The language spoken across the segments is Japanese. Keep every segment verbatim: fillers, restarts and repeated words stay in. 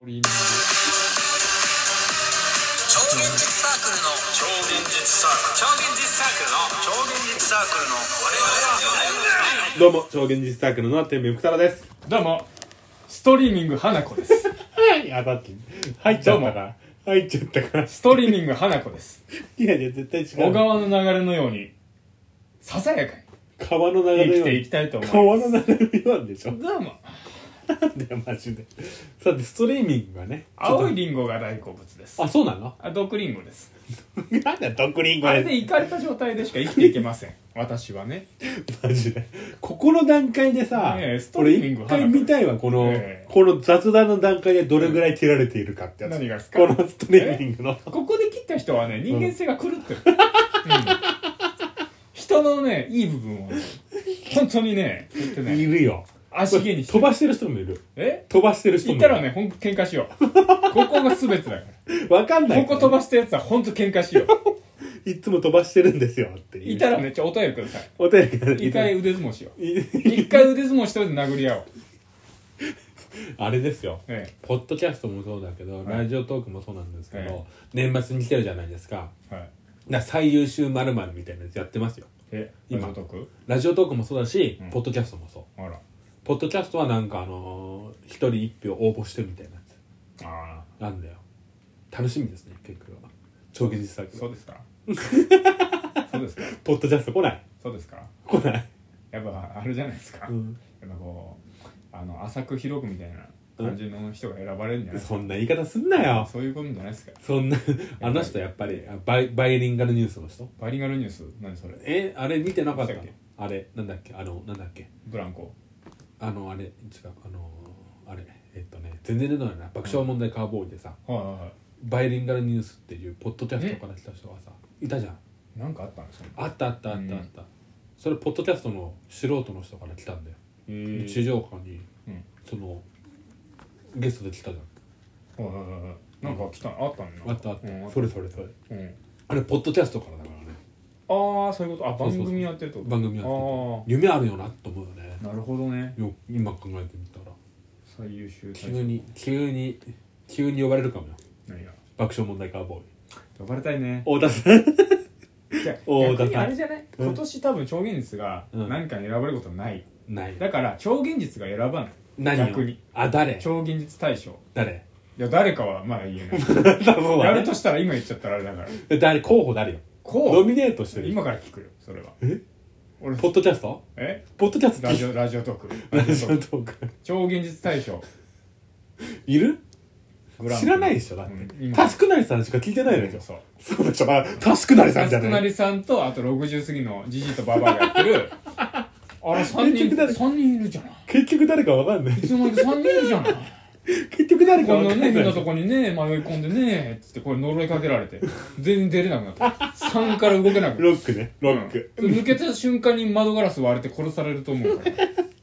超現実サークルの超現実サークル超現実サークルの超現実サークルの我々はどうも超現実サークルの天命福太郎です。 どうもストリーミング花子ですいやだって入っちゃったから入っちゃったからストリーミング花子です。 いやいや絶対違う。 小川の流れのようにささやかに川の流れ生きていきたいと思います。 川の流れのようでしょ。 どうもなんだよマジで。さてストリーミングがね、 青いリンゴが大好物です。 あ、そうなの？ あ、毒リンゴです。 なんだ毒リンゴあれでイカれた状態でしか生きていけません私はね。 マジでここの段階でさ、 ねえストリーミング俺一回見たいわこの、 ねえこの雑談の段階でどれぐらい切られているかってやつ。 何がですか？ このストリーミングのここで切った人はね人間性が狂ってる、うん、人のねいい部分をね本当にね言ってねいるよ。 足毛にして飛ばしてる人もいる。 え飛ばしてる人もいる。 言ったらねほんと喧嘩しようここが全てだからわかんない。 ここ飛ばしたやつはほんと喧嘩しよういつも飛ばしてるんですよっていたらねちょお便りください。 お便りが一回腕相撲しよう。 い一回腕相撲して殴り合おう。 あれですよ、 えポッドキャストもそうだけど、 はいラジオトークもそうなんですけど、 え年末に来てるじゃないですか。 えはい。 だから最優秀〇〇みたいなやつやってますよえ今ラジオトークラジオトークもそうだし、 うんポッドキャストもそう。 あらポッドキャストはなんかあのー、一人一票応募してみたいなやあつなんだよ。楽しみですね結構は。超現実サークルそうですかそうですかポッドキャスト来ないそうですか来ない、 やっぱあれじゃないですか、 うん、 やっぱこうあの浅く広くみたいな感じの人が選ばれるんじゃないですか、 そんな言い方すんなよ。 そういうことじゃないですか。 そんなあの人やっぱりバイ、バイリンガルニュースの人。 バイリンガルニュース何それ？ えあれ見てなかったの見たっけ？ あれなんだっけあのなんだっけブランコあのあれ違うあのあれえっとね全然出ないな爆笑問題カーボーイでさ、 はいはいはバイリンガルニュースっていうポッドキャストから来た人がさいたじゃん。 い。なんかあったんですか？ あったあったあったあった、それポッドキャストの素人の人から来たんだよ。 へえ地上波に、 うん、 そのゲストで来たじゃん。 はいはいはいはい。なんか来たあったんだ。 あったあった、 うん、 それそれそれうんあれポッドキャストからだからね。 ああそういうこと。あそうそうそう番組やってると番組やってあて夢あるよなと思うよね。 あなるほどね。 よ今考えてみたら最優秀急に急に急に呼ばれるかもよ。 何が爆笑問題カーボーイ呼ばれたいね。 太田さんじゃあおー逆にだからあれじゃない、 うん今年多分超現実がうん何かに選ばれることはない、 ないだから超現実が選ばない。 何を逆にあ誰超現実大賞。 誰いや誰かはまだ言えないそうだねやるとしたら今言っちゃったらあれだから誰候補誰よこうノミネートしてる今から聞くよそれは。 え俺ポッドキャストえポッドキャストラジオラジオトークラジオトーク超現実大賞いるグランプリ知らないでしょだって、 うん今タスクなりさんしか聞いてないでしょ。 そうそうでしょ。あタスクなりさんタスクなじゃないりさんとあとろくじゅう過ぎのジジイとババアがやってるあれさんにん結局誰さんにんいるじゃない。 結局誰かわかんないいつの間にかさんにんいるじゃない結局誰かこんわかんないなね変なとこにね迷い込んでねつってこれ呪いかけられて全然出れなくなったさんから動けなくなっロックねロック、 た、うん、抜けた瞬間に窓ガラス割れて殺されると思うから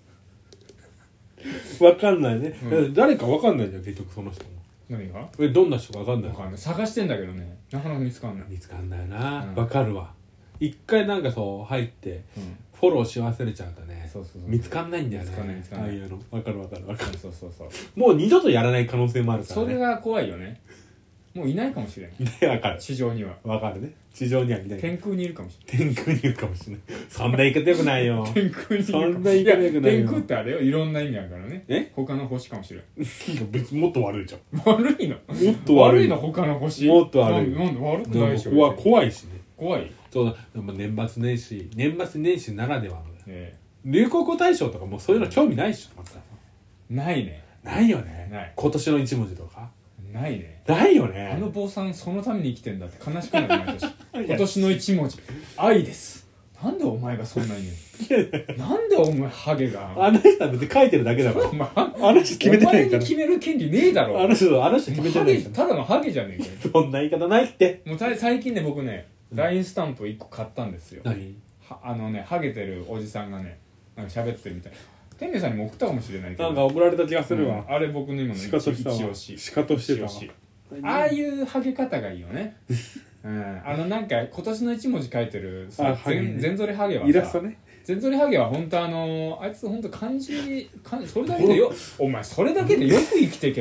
わかんないね、 う誰かわかんないじゃん結局その人も。 何がえどんな人かわかんないわかんない探してんだけどねなかなか見つかんない、 見つかんないなうんわ、かるわ。一回なんかそう入ってうん、 フォローし忘れちゃうとねそうそうそう見つかんないんだよね。 見つかんない見つかんないああいうのわかるわかるわかる。 そうそうそうもう二度とやらない可能性もあるからね。 それが怖いよね。もういないかもしれないねわかる地上にはわかるね。地上にはいない。 天空にいるかもしれない天空にいるかもしれない。そんな言い方よくないよ。 天空にいるかもそんな言い方よくないよや天空ってあれよいろんな意味あるからね。 え他の星かもしれん別にもっと悪いじゃん。 悪いのもっと悪い悪いの他の星もっと悪いなんなんで悪くないでしょ怖怖いしね。 怖い、 そうだ。でも年末年始年末年始ならではのえ流行語大賞とかもうそういうの興味ないっしょ。またー、ないねないよね。 ない今年の一文字とかないね。 ないよね。 あの坊さんそのために生きてんだって悲しくなる毎年今年の一文字愛です。なんでお前がそんなに言うのなんでお前ハゲがあの人は別に書いてるだけだから。 お前あの人決めてないからお前に決める権利ねえだろ。 あの人あの人決めてハゲないから。 ただのハゲじゃねえかよ。 そんな言い方ないって。 もうた最近ね僕ね ライン スタンプいっこ買ったんですよ。 何はあのねハゲてるおじさんがねなんか喋ってるみたいな。天明さんにも送ったかもしれないけどなんか送られた気がするわ。 うんあれ僕の今のシカとしたわ。 一押しシカとしてたわ一押しああいうハゲ方がいいよねうん、あのなんか今年の一文字書いてるさあハゲね全ぞりハゲはさイラストね。 全ぞりハゲは本当あのあいつ本当漢字漢それだけでよお前それだけでよく生きてけんな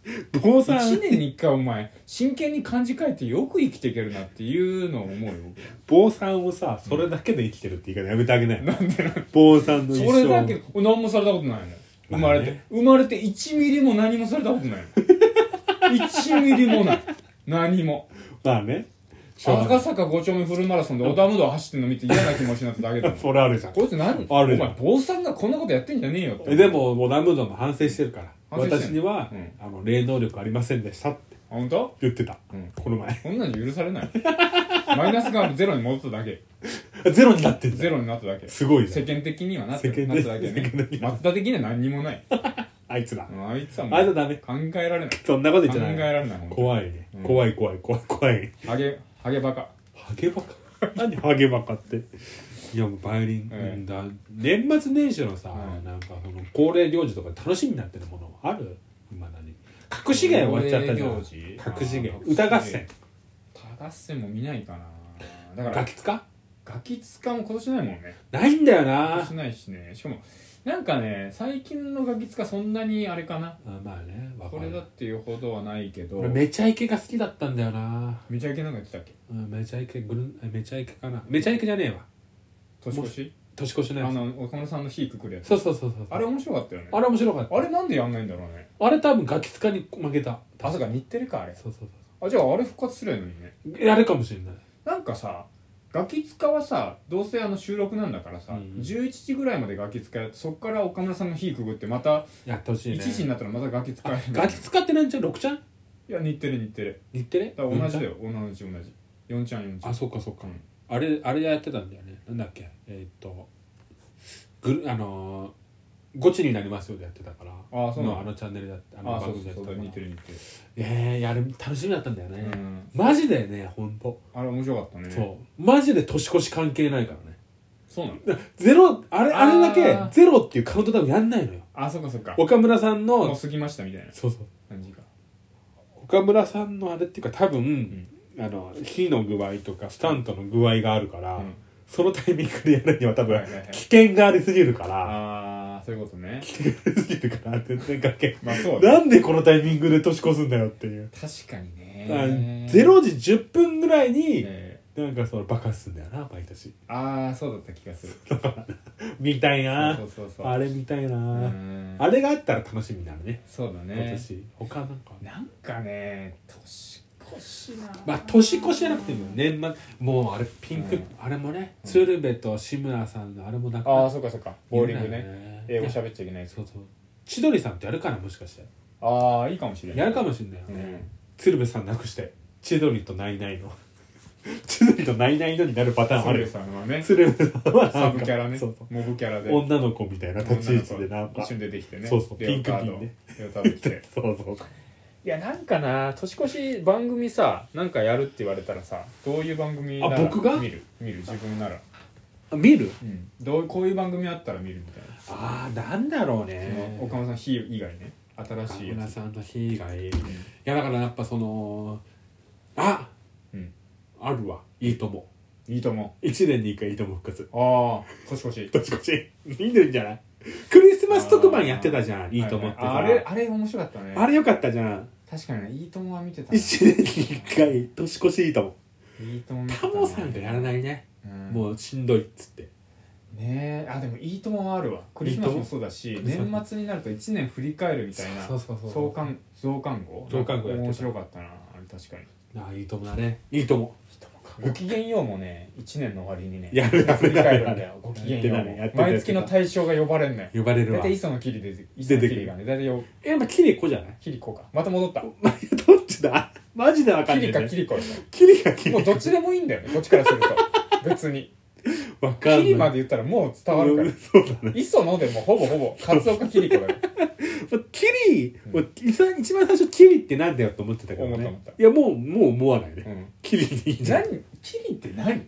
坊さんいちねんにいっかいお前真剣に漢字書いてよく生きていけるなっていうのを思うよ坊さんをさそれだけで生きてるって言い方やめてあげない、 なんでなん坊さんの一生それだけ何もされたことないの生まれて、 まあね、 生まれていちミリも何もされたことないのいちミリもない何もまあね赤坂ご丁目フルマラソンで織田無道走ってるの見て嫌な気持ちになっただけだもんそれあるじゃんこいつ何あるじゃんお前坊さんがこんなことやってんじゃねえよってえでももうナムドも反省してるから反省してんの私には、 うんあの霊能力ありませんでしたってあ本当？ 言ってた、 うん、 この前こんなの許されないマイナスがゼロに戻っただけゼロになってんだゼロになっただけすごいね世間的にはなって世間なっただけ世間ね的には松田的には何にもないあいつだあいつはもうあいつはダメ考えられないそんなこと言っ考ちゃないえられない本当に怖いね、 うん怖い怖い怖い怖いハゲハゲバカハゲバカ何ハゲバカっていやもうバイオリン、 ええうんだ年末年始のさ、 うんなんかその恒例行事とか楽しみになってるものある今何隠し芸終わっちゃったじゃん行事隠し芸あー歌合戦歌合戦も見ないかなだからガキツカガキツカも今年ないもんねないんだよ今な年ないしねしかもなんかね最近のガキツカそんなにあれかなあまあねわかるこれだっていうほどはないけど俺めちゃイケが好きだったんだよな、 めちゃイケなんか言ってたっけうん、めちゃイケグルンめちゃイケかなめちゃイケじゃねえわ年越し年越しのやつあの岡村さんの火くくるやつそうそうそうそうあれ面白かったよねあれ面白かったあれなんでやんないんだろうねあれ多分ガキツカに負けたあそうか日テレかあれそうそうあじゃああれ復活すればいいのにねそうやるかもしれないなんかさガキツカはさどうせあの収録なんだからさ、 うんじゅういちじぐらいまでガキツカやってそっから岡村さんの火くぐってまたやってほしいねいちじになったらまたガキツカやるガキ使って何ちゃんろくちゃんいや日テレ日テレ日テレだから同じだよ同じ同じよんちゃんよんちゃんあそっかそっか、 うんあれあれやってたんだよねなんだっけえーっとぐるあのーゴチになりますよでやってたからあそうなののあのチャンネルだってあのあそう番組やってたからそうそうだ日テレ日テえー、やる楽しみだったんだよね、 レうんマジでねほんと、 あれ面白かったねそうマジで年越し関係ないからねそうなのゼロあれあーあれだけゼロっていうカウントダウンやんないのよあそっかそっか岡村さんのもう過ぎましたみたいなそうそう感じか岡村さんのあれっていうか多分、 んあの火の具合とかスタントの具合があるから、 うんそのタイミングでやるには多分はいはいはい危険がありすぎるから、 ああそういうことね危険がありすぎるから全然関係まあそうねなんでこのタイミングで年越すんだよっていう、 確かにあねゼロじじゅっぷんぐらいに、 えなんかその爆発するんだよな毎年ーああそうだった気がする見たいなそうそうそうそうあれ見たいな、 うんあれがあったら楽しみになるねそうだ今ね年他なんかなんかね年越しなまあ年越しじゃなくても年末もうあれピンク、 うんあれもね、 うん鶴瓶と志村さんのあれもなくあなっあそうかそうかボーリングねね英語喋っちゃいけないやつそうそう千鳥さんってやるかなもしかしてああいいかもしれないやるかもしれないようね、 ん鶴瓶さんなくして千鳥とナイナイの千鳥とナイナイのになるパターンあ鶴る瓶さんはね鶴瓶さんはなサんかブキャラねそうそうモブキャラで女の子みたいな立ち位置でなんか一瞬出てきてねそうそうレオタードピンクピンねレオタード着てそうそういやなんかな年越し番組さなんかやるって言われたらさどういう番組ならあ僕が見る見る自分ならあ見るうんどうこういう番組あったら見るみたいなあーなんだろうそねの岡村さん火以外ね新しいやつ岡村さんの日以外いうんやだからやっぱそのあうんあるわいいともいいとも一年に一回いいとも復活ああ年越し年越し見てるんじゃないクリスマス特番やってたじゃんいいともってさ、 はいはいあれあれ面白かったねあれよかったじゃん確かにねいいともは見てたな一年に一回年越しいいともいいとも見てたタねモさんがやらないね、 うんもうしんどいっつってねえあでもいいともはあるわクリスマスもそうだしいいとも年末になるといちねん振り返るみたいなそうそうそう増刊増刊号増刊号やってた面白かったなあれ確かにああいいともだねいいともごきげんようもねいちねんの終わりにねやる振り返るんだよごきげんようもやってたねやってた毎月の対象が呼ばれんのよ呼ばれるわ大体磯野キリで磯野キリがね大体よえまあキリコじゃないキリコかまた戻ったどっちだマジでわかんない、ね、 キリかキリコでしキリかキリょもうどっちでもいいんだよねこっちからすると別にわかんないキリまで言ったらもう伝わるからそうだね磯野でもほぼほぼカツオかキリコだよキリ、もう一番一番最初キリってなんだよと思ってたけどね思った思ったいやもうもう思わないね、 うんキリでいいじゃん何キリって何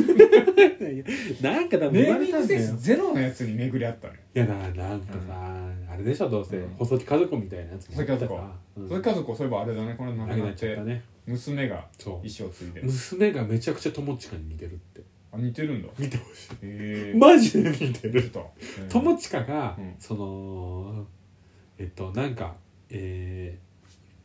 なんか多分ネ言わーミングセンれたんだよスゼロのやつに巡り合ったのよいやだからなんかさ、あれでしょどうせ、 うん細木家族みたいなやつ細木家族うんそれ家族そういえばあれだねこれ亡くなくなっなってちゃったね娘がそう意思を継いで娘がめちゃくちゃ友近に似てるってあ似てるんだ見てほしいへえマジで似てるちょっと友近が、 うんそのえっとなんかえ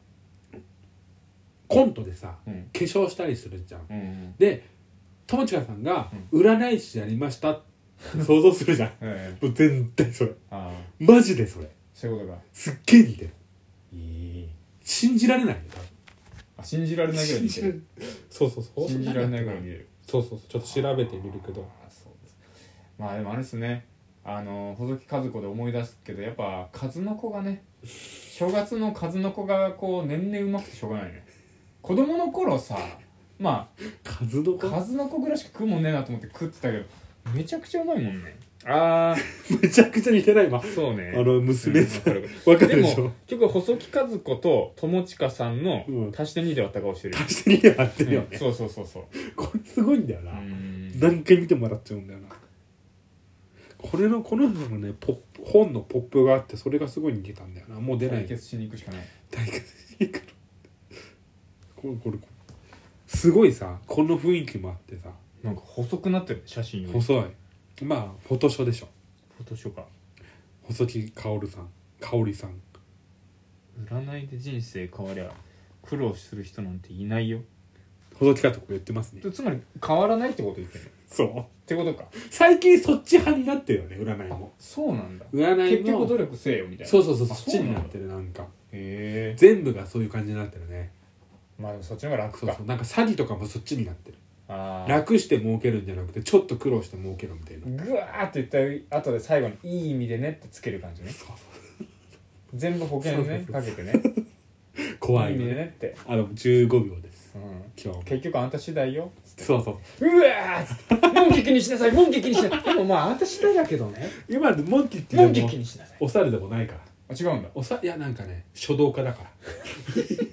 コントでさ、 うん化粧したりするじゃん、 うんうんで友近さんが占い師やりましたって想像するじゃんえもう絶対それああマジでそれそういうことかすっげえ似てるいい信じられないよ多分あ信じられないぐらい似てるそうそうそう信じられないぐらい似てるそうそうそうちょっと調べてみるけどあそうですまあでもあれですねあの細木数子で思い出すけどやっぱ数の子がね正月の数の子がこう年々うまくてしょうがないね子供の頃さま数の子あ数の子ぐらいしか食うもんねえなと思って食ってたけどめちゃくちゃうまいもんねあめちゃくちゃ似てないわーそうねあの娘さん、 うんわかでもるでしょ結局細木数子と友近さんのうん足してにで割った顔してる、 足してにで割ってるよね、 うんそうそうそうそうこれすごいんだよな、 うん何回見ても笑っちゃうんだよなこれのこの人のねポップ本のポップがあってそれがすごい似てたんだよなもう出ない対決しに行くしかない対決しに行くこれこれすごいさこの雰囲気もあってさなんか細くなってる写真より細いまあフォトショでしょフォトショーか細木かおるさんかおりさん占いで人生変わりゃ苦労する人なんていないよ細木かとこ言ってますねつまり変わらないってこと言ってるのっそうてことか最近そっち派になってるよね占いもそうなんだ占いも結局努力せえよみたいなそうそうそうそあっちになってるなんかへえ全部がそういう感じになってるねまあでもそっちの方が楽かそうそうなんか詐欺とかもそっちになってるああ楽して儲けるんじゃなくてちょっと苦労して儲けるみたいなぐわーって言った後で最後にいい意味でねってつける感じねそう全部保険ねそうかけてね怖いいい意味でよねねって、 あのじゅうごびょうですうん、 今日結局あんた次第よそうそううわーっつってモンキキにしなさいモンキキにしなさいでもまああんた次第だけどね今でモンキってモンキでもキにしなさいお猿でもないからあ違うんだおさいやなんかね書道家だから